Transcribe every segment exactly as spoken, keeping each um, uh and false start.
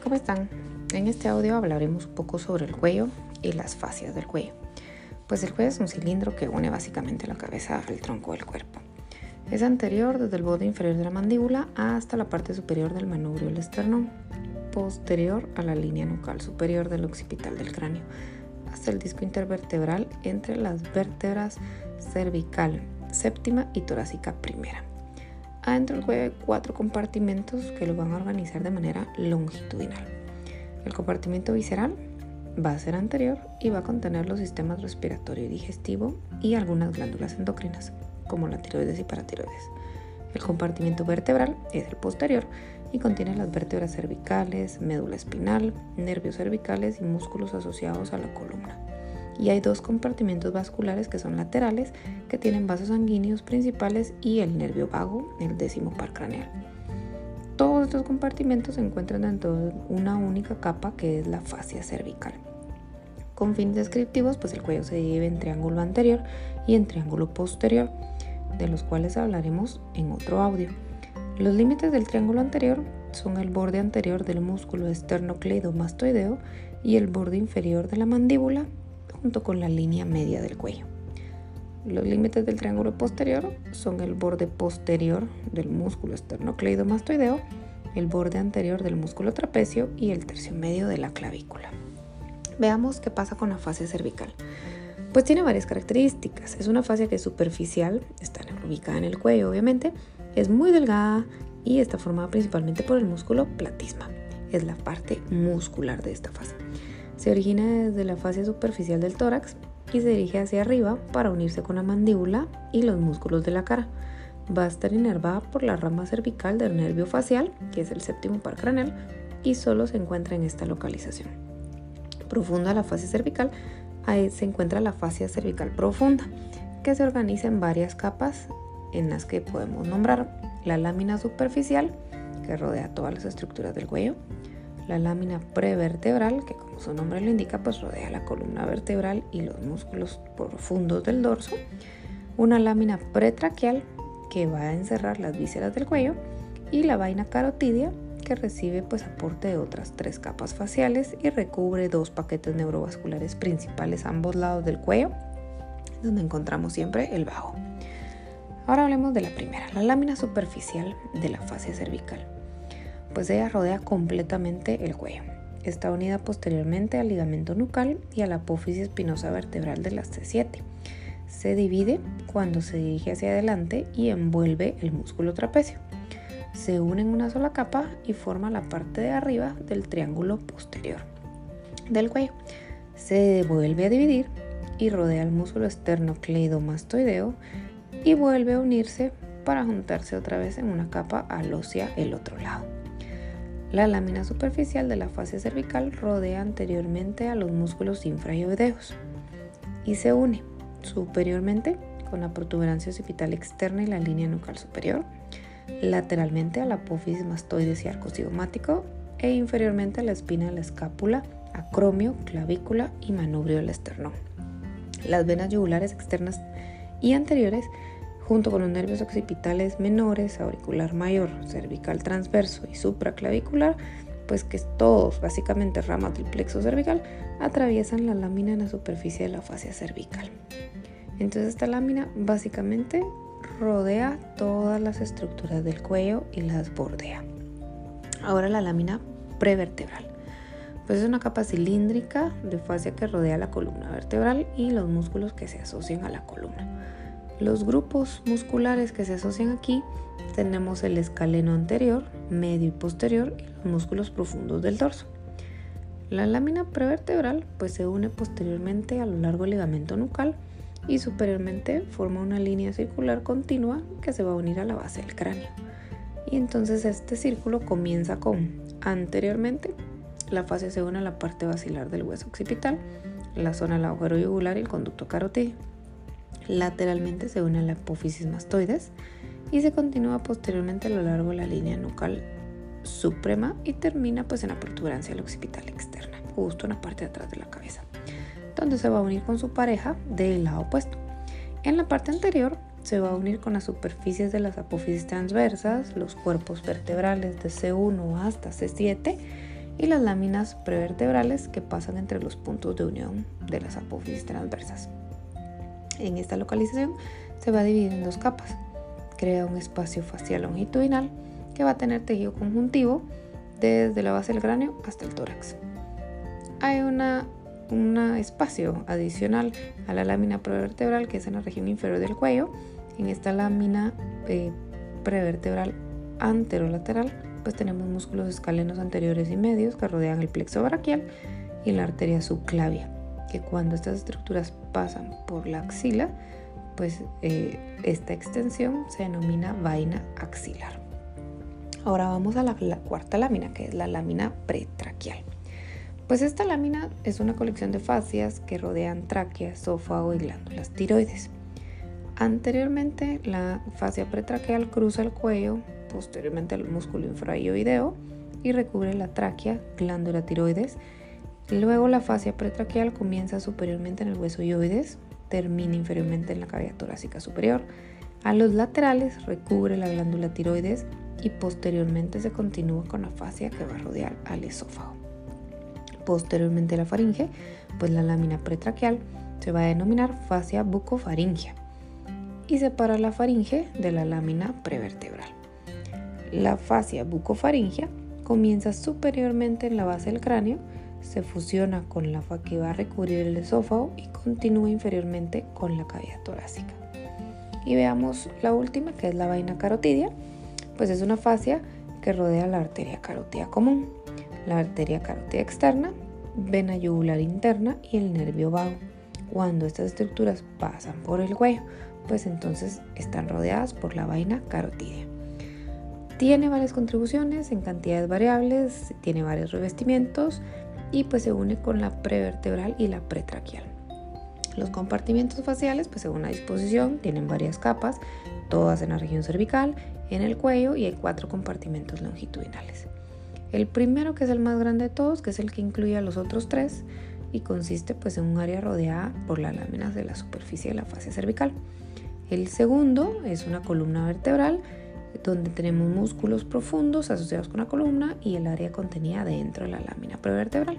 ¿cómo están? En este audio hablaremos un poco sobre el cuello y las fascias del cuello. Pues el cuello es un cilindro que une básicamente la cabeza al tronco del cuerpo. Es anterior desde el borde inferior de la mandíbula hasta la parte superior del manubrio del esternón, posterior a la línea nucal superior del occipital del cráneo, hasta el disco intervertebral entre las vértebras cervical séptima y torácica primera. Adentro del cuello hay cuatro compartimentos que lo van a organizar de manera longitudinal. El compartimento visceral va a ser anterior y va a contener los sistemas respiratorio y digestivo y algunas glándulas endocrinas, como la tiroides y paratiroides. El compartimento vertebral es el posterior y contiene las vértebras cervicales, médula espinal, nervios cervicales y músculos asociados a la columna. Y hay dos compartimentos vasculares que son laterales, que tienen vasos sanguíneos principales y el nervio vago, el décimo par craneal. Todos estos compartimentos se encuentran dentro de una única capa que es la fascia cervical. Con fines descriptivos, pues el cuello se divide en triángulo anterior y en triángulo posterior, de los cuales hablaremos en otro audio. Los límites del triángulo anterior son el borde anterior del músculo esternocleidomastoideo y el borde inferior de la mandíbula, junto con la línea media del cuello. Los límites del triángulo posterior son el borde posterior del músculo esternocleidomastoideo, el borde anterior del músculo trapecio y el tercio medio de la clavícula. Veamos qué pasa con la fascia cervical. Pues tiene varias características. Es una fascia que es superficial, está ubicada en el cuello obviamente, es muy delgada y está formada principalmente por el músculo platisma. Es la parte muscular de esta fascia. Se origina desde la fascia superficial del tórax y se dirige hacia arriba para unirse con la mandíbula y los músculos de la cara. Va a estar inervada por la rama cervical del nervio facial, que es el séptimo par craneal, y solo se encuentra en esta localización. Profunda la fascia cervical, ahí se encuentra la fascia cervical profunda, que se organiza en varias capas en las que podemos nombrar la lámina superficial, que rodea todas las estructuras del cuello, la lámina prevertebral, que como su nombre lo indica, pues rodea la columna vertebral y los músculos profundos del dorso, una lámina pretraquial, que va a encerrar las vísceras del cuello, y la vaina carotidia, que recibe pues aporte de otras tres capas faciales y recubre dos paquetes neurovasculares principales a ambos lados del cuello, donde encontramos siempre el vago. Ahora hablemos de la primera, la lámina superficial de la fascia cervical. Pues ella rodea completamente el cuello. Está unida posteriormente al ligamento nucal y a la apófisis espinosa vertebral de la C siete. Se divide cuando se dirige hacia adelante y envuelve el músculo trapecio. Se une en una sola capa y forma la parte de arriba del triángulo posterior del cuello. Se vuelve a dividir y rodea el músculo esternocleidomastoideo y vuelve a unirse para juntarse otra vez en una capa alósea el otro lado. La lámina superficial de la fascia cervical rodea anteriormente a los músculos infraoideos y se une superiormente con la protuberancia occipital externa y la línea nucal superior, lateralmente a la apófisis mastoides y arco cigomático e inferiormente a la espina de la escápula, acromio, clavícula y manubrio del esternón. Las venas yugulares externas y anteriores, junto con los nervios occipitales menores, auricular mayor, cervical transverso y supraclavicular, pues que todos básicamente ramas del plexo cervical, atraviesan la lámina en la superficie de la fascia cervical. Entonces esta lámina básicamente rodea todas las estructuras del cuello y las bordea. Ahora la lámina prevertebral. Pues es una capa cilíndrica de fascia que rodea la columna vertebral y los músculos que se asocian a la columna. Los grupos musculares que se asocian aquí tenemos el escaleno anterior, medio y posterior y los músculos profundos del dorso. La lámina prevertebral pues se une posteriormente a lo largo del ligamento nucal y superiormente forma una línea circular continua que se va a unir a la base del cráneo. Y entonces este círculo comienza con anteriormente la fascia se une a la parte basilar del hueso occipital, la zona del agujero yugular y el conducto carotídeo. Lateralmente se une a la apófisis mastoides y se continúa posteriormente a lo largo de la línea nucal suprema y termina pues en la protuberancia del occipital externa, justo en la parte de atrás de la cabeza, donde se va a unir con su pareja del lado opuesto. En la parte anterior se va a unir con las superficies de las apófisis transversas, los cuerpos vertebrales de C uno hasta C siete y las láminas prevertebrales que pasan entre los puntos de unión de las apófisis transversas. En esta localización se va a dividir en dos capas. Crea un espacio facial longitudinal que va a tener tejido conjuntivo desde la base del cráneo hasta el tórax. Hay una, un espacio adicional a la lámina prevertebral que es en la región inferior del cuello. En esta lámina eh, prevertebral anterolateral pues tenemos músculos escalenos anteriores y medios que rodean el plexo braquial y la arteria subclavia, que cuando estas estructuras pasan por la axila, pues eh, esta extensión se denomina vaina axilar. Ahora vamos a la, la cuarta lámina, que es la lámina pretraquial. Pues esta lámina es una colección de fascias que rodean tráquea, esófago y glándulas tiroides. Anteriormente, la fascia pretraquial cruza el cuello, posteriormente el músculo infraoideo y recubre la tráquea, glándula tiroides. Luego la fascia pretraquial comienza superiormente en el hueso ioides, termina inferiormente en la cavidad torácica superior. A los laterales recubre la glándula tiroides y posteriormente se continúa con la fascia que va a rodear al esófago. Posteriormente la faringe, pues la lámina pretraquial se va a denominar fascia bucofaringea y separa la faringe de la lámina prevertebral. La fascia bucofaringea comienza superiormente en la base del cráneo, se fusiona con la fascia que va a recubrir el esófago y continúa inferiormente con la cavidad torácica. Y veamos la última, que es la vaina carotidia, pues es una fascia que rodea la arteria carótida común, la arteria carótida externa, vena yugular interna y el nervio vago. Cuando estas estructuras pasan por el cuello, pues entonces están rodeadas por la vaina carotidia. Tiene varias contribuciones en cantidades variables, tiene varios revestimientos y pues se une con la prevertebral y la pretraquial. Los compartimientos faciales, pues según la disposición, tienen varias capas, todas en la región cervical, en el cuello, y hay cuatro compartimentos longitudinales. El primero, que es el más grande de todos, que es el que incluye a los otros tres y consiste pues en un área rodeada por las láminas de la superficie de la fascia cervical. El segundo es una columna vertebral, donde tenemos músculos profundos asociados con la columna y el área contenida dentro de la lámina prevertebral.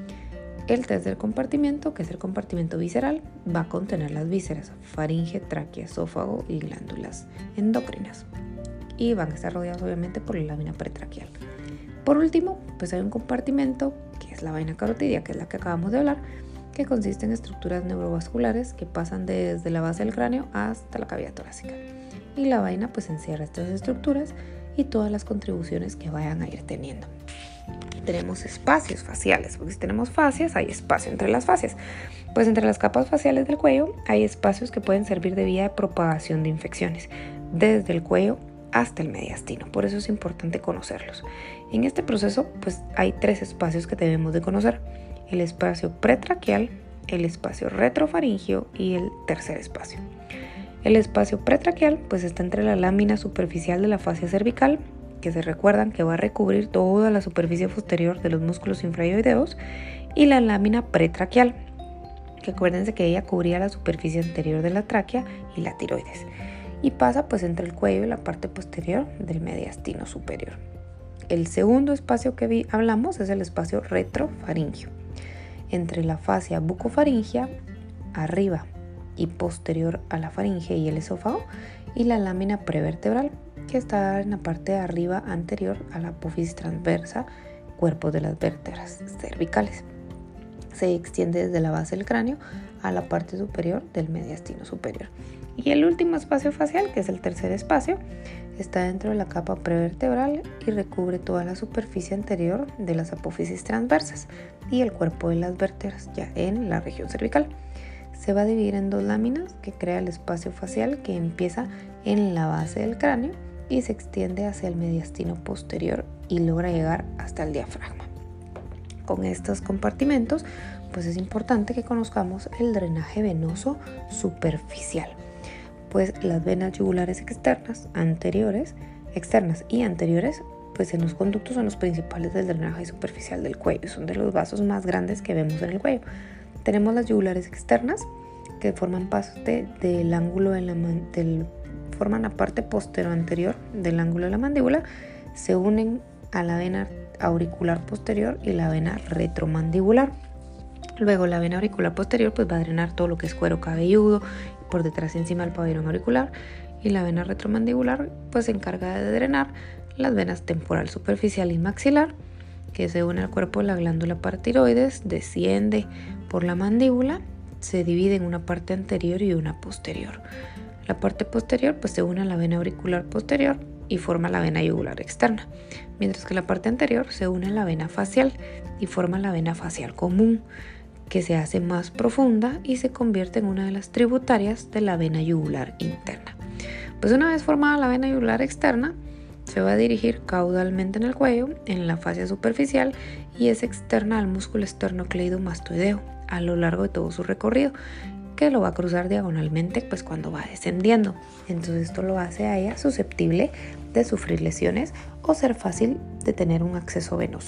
El tercer compartimento, que es el compartimento visceral, va a contener las vísceras, faringe, tráquea, esófago y glándulas endócrinas, y van a estar rodeados obviamente por la lámina pretraquial. Por último, pues hay un compartimento que es la vaina carotidia, que es la que acabamos de hablar, que consiste en estructuras neurovasculares que pasan desde la base del cráneo hasta la cavidad torácica. Y la vaina pues encierra estas estructuras y todas las contribuciones que vayan a ir teniendo. Tenemos espacios faciales, porque si tenemos fascias hay espacio entre las fascias. Pues entre las capas faciales del cuello hay espacios que pueden servir de vía de propagación de infecciones, desde el cuello hasta el mediastino. Por eso es importante conocerlos. En este proceso pues hay tres espacios que debemos de conocer: el espacio pretraquial, el espacio retrofaringeo y el tercer espacio. El espacio pretraquial pues está entre la lámina superficial de la fascia cervical, que se recuerdan que va a recubrir toda la superficie posterior de los músculos infraoideos, y la lámina pretraquial, que acuérdense que ella cubría la superficie anterior de la tráquea y la tiroides, y pasa pues entre el cuello y la parte posterior del mediastino superior. El segundo espacio que vi, hablamos es el espacio retrofaringeo, entre la fascia bucofaringea, arriba y posterior a la faringe y el esófago, y la lámina prevertebral, que está en la parte de arriba anterior a la apófisis transversa, cuerpos de las vértebras cervicales. Se extiende desde la base del cráneo a la parte superior del mediastino superior. Y el último espacio facial, que es el tercer espacio, está dentro de la capa prevertebral y recubre toda la superficie anterior de las apófisis transversas y el cuerpo de las vértebras, ya en la región cervical. Se va a dividir en dos láminas que crea el espacio facial, que empieza en la base del cráneo y se extiende hacia el mediastino posterior y logra llegar hasta el diafragma. Con estos compartimentos, pues es importante que conozcamos el drenaje venoso superficial, pues las venas yugulares externas, anteriores, externas y anteriores, pues en los conductos son los principales del drenaje superficial del cuello, son de los vasos más grandes que vemos en el cuello. Tenemos las yugulares externas, que forman parte del ángulo de la man- del, forman la parte posterior anterior del ángulo de la mandíbula, se unen a la vena auricular posterior y la vena retromandibular. Luego la vena auricular posterior pues va a drenar todo lo que es cuero cabelludo, por detrás y encima del pabellón auricular, y la vena retromandibular pues se encarga de drenar las venas temporal, superficial y maxilar, que se une al cuerpo de la glándula paratiroides, desciende por la mandíbula, se divide en una parte anterior y una posterior. La parte posterior pues se une a la vena auricular posterior y forma la vena yugular externa, mientras que la parte anterior se une a la vena facial y forma la vena facial común, que se hace más profunda y se convierte en una de las tributarias de la vena yugular interna. Pues una vez formada la vena yugular externa, se va a dirigir caudalmente en el cuello, en la fascia superficial, y es externa al músculo esternocleidomastoideo a lo largo de todo su recorrido, que lo va a cruzar diagonalmente pues cuando va descendiendo. Entonces esto lo hace a ella susceptible de sufrir lesiones o ser fácil de tener un acceso venoso.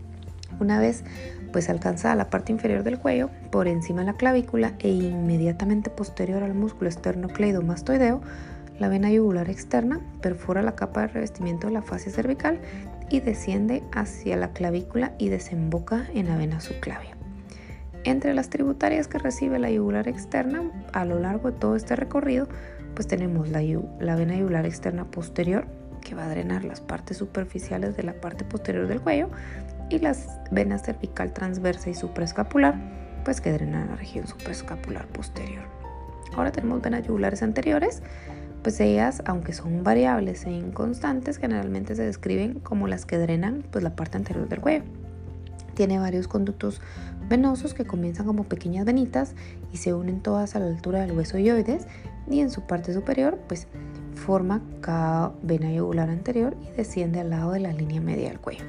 Una vez pues alcanzada la parte inferior del cuello, por encima de la clavícula e inmediatamente posterior al músculo esternocleidomastoideo, la vena yugular externa perfora la capa de revestimiento de la fascia cervical y desciende hacia la clavícula y desemboca en la vena subclavia. Entre las tributarias que recibe la yugular externa a lo largo de todo este recorrido, pues tenemos la, la vena yugular externa posterior, que va a drenar las partes superficiales de la parte posterior del cuello, y las venas cervical transversa y supraescapular, pues que drenan la región supraescapular posterior. Ahora tenemos venas yugulares anteriores, pues ellas, aunque son variables e inconstantes, generalmente se describen como las que drenan pues la parte anterior del cuello. Tiene varios conductos venosos que comienzan como pequeñas venitas y se unen todas a la altura del hueso ioides, y en su parte superior pues forma cada vena yugular anterior y desciende al lado de la línea media del cuello.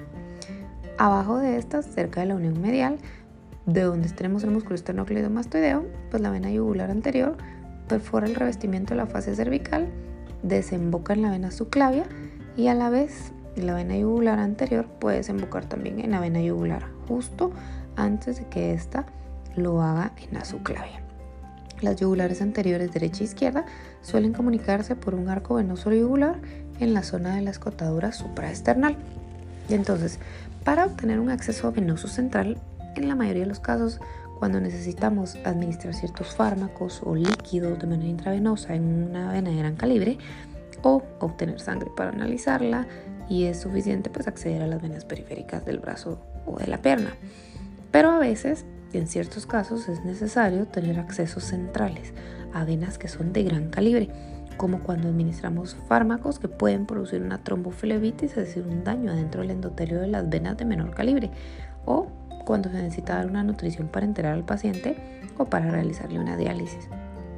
Abajo de estas, cerca de la unión medial, de donde tenemos el músculo esternocleidomastoideo, pues la vena yugular anterior perfora el revestimiento de la fascia cervical, desemboca en la vena subclavia, y a la vez la vena yugular anterior puede desembocar también en la vena yugular justo antes de que ésta lo haga en la subclavia. Las yugulares anteriores derecha e izquierda suelen comunicarse por un arco venoso yugular en la zona de la escotadura supraesternal. Y entonces, para obtener un acceso venoso central, en la mayoría de los casos, cuando necesitamos administrar ciertos fármacos o líquidos de manera intravenosa en una vena de gran calibre, o obtener sangre para analizarla, y es suficiente pues acceder a las venas periféricas del brazo o de la pierna. Pero a veces, en ciertos casos, es necesario tener accesos centrales a venas que son de gran calibre, como cuando administramos fármacos que pueden producir una tromboflebitis, es decir, un daño adentro del endotelio de las venas de menor calibre, o cuando se necesita dar una nutrición para enterar al paciente o para realizarle una diálisis.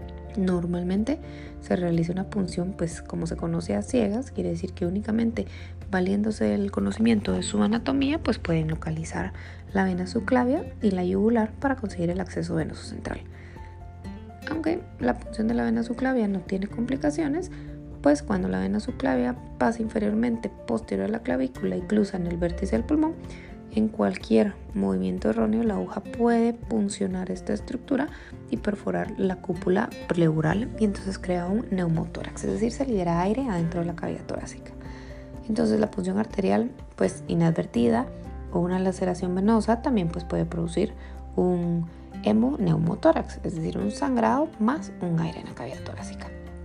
Normalmente se realiza una punción, pues como se conoce, a ciegas, quiere decir que únicamente valiéndose del conocimiento de su anatomía, pues pueden localizar la vena subclavia y la yugular para conseguir el acceso venoso central. Aunque la punción de la vena subclavia no tiene complicaciones, pues cuando la vena subclavia pasa inferiormente posterior a la clavícula y cruza en el vértice del pulmón, en cualquier movimiento erróneo la aguja puede puncionar esta estructura y perforar la cúpula pleural, y entonces crea un neumotórax, es decir, se libera aire adentro de la cavidad torácica. Entonces la punción arterial pues inadvertida o una laceración venosa también pues puede producir un hemoneumotórax, es decir, un sangrado más un aire en la cavidad torácica.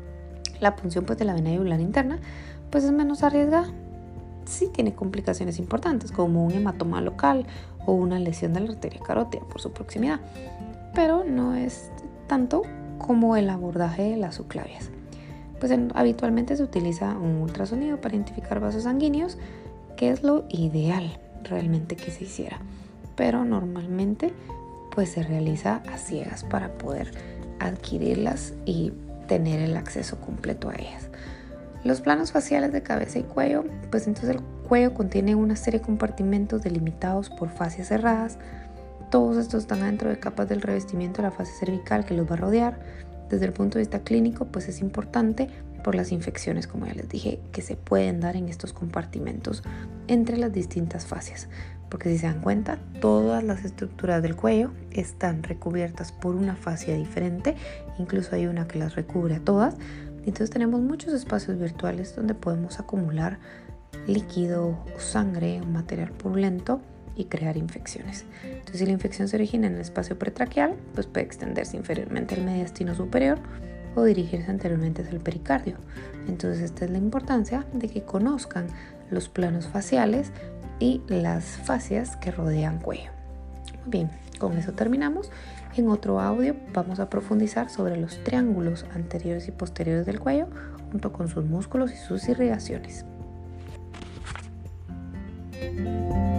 La punción pues de la vena yugular interna pues es menos arriesgada. Sí tiene complicaciones importantes como un hematoma local o una lesión de la arteria carótida por su proximidad, pero no es tanto como el abordaje de las subclavias. Pues en, habitualmente se utiliza un ultrasonido para identificar vasos sanguíneos, que es lo ideal realmente que se hiciera, pero normalmente pues se realiza a ciegas para poder adquirirlas y tener el acceso completo a ellas. Los planos faciales de cabeza y cuello, pues entonces el cuello contiene una serie de compartimentos delimitados por fascias cerradas. Todos estos están dentro de capas del revestimiento de la fascia cervical que los va a rodear. Desde el punto de vista clínico, pues es importante por las infecciones, como ya les dije, que se pueden dar en estos compartimentos entre las distintas fascias. Porque si se dan cuenta, todas las estructuras del cuello están recubiertas por una fascia diferente, incluso hay una que las recubre a todas. Entonces tenemos muchos espacios virtuales donde podemos acumular líquido o sangre, un material purulento y crear infecciones. Entonces, si la infección se origina en el espacio pretraqueal, pues puede extenderse inferiormente al mediastino superior o dirigirse anteriormente hacia el pericardio. Entonces, esta es la importancia de que conozcan los planos faciales y las fascias que rodean cuello. Muy bien, con eso terminamos. En otro audio vamos a profundizar sobre los triángulos anteriores y posteriores del cuello junto con sus músculos y sus irrigaciones.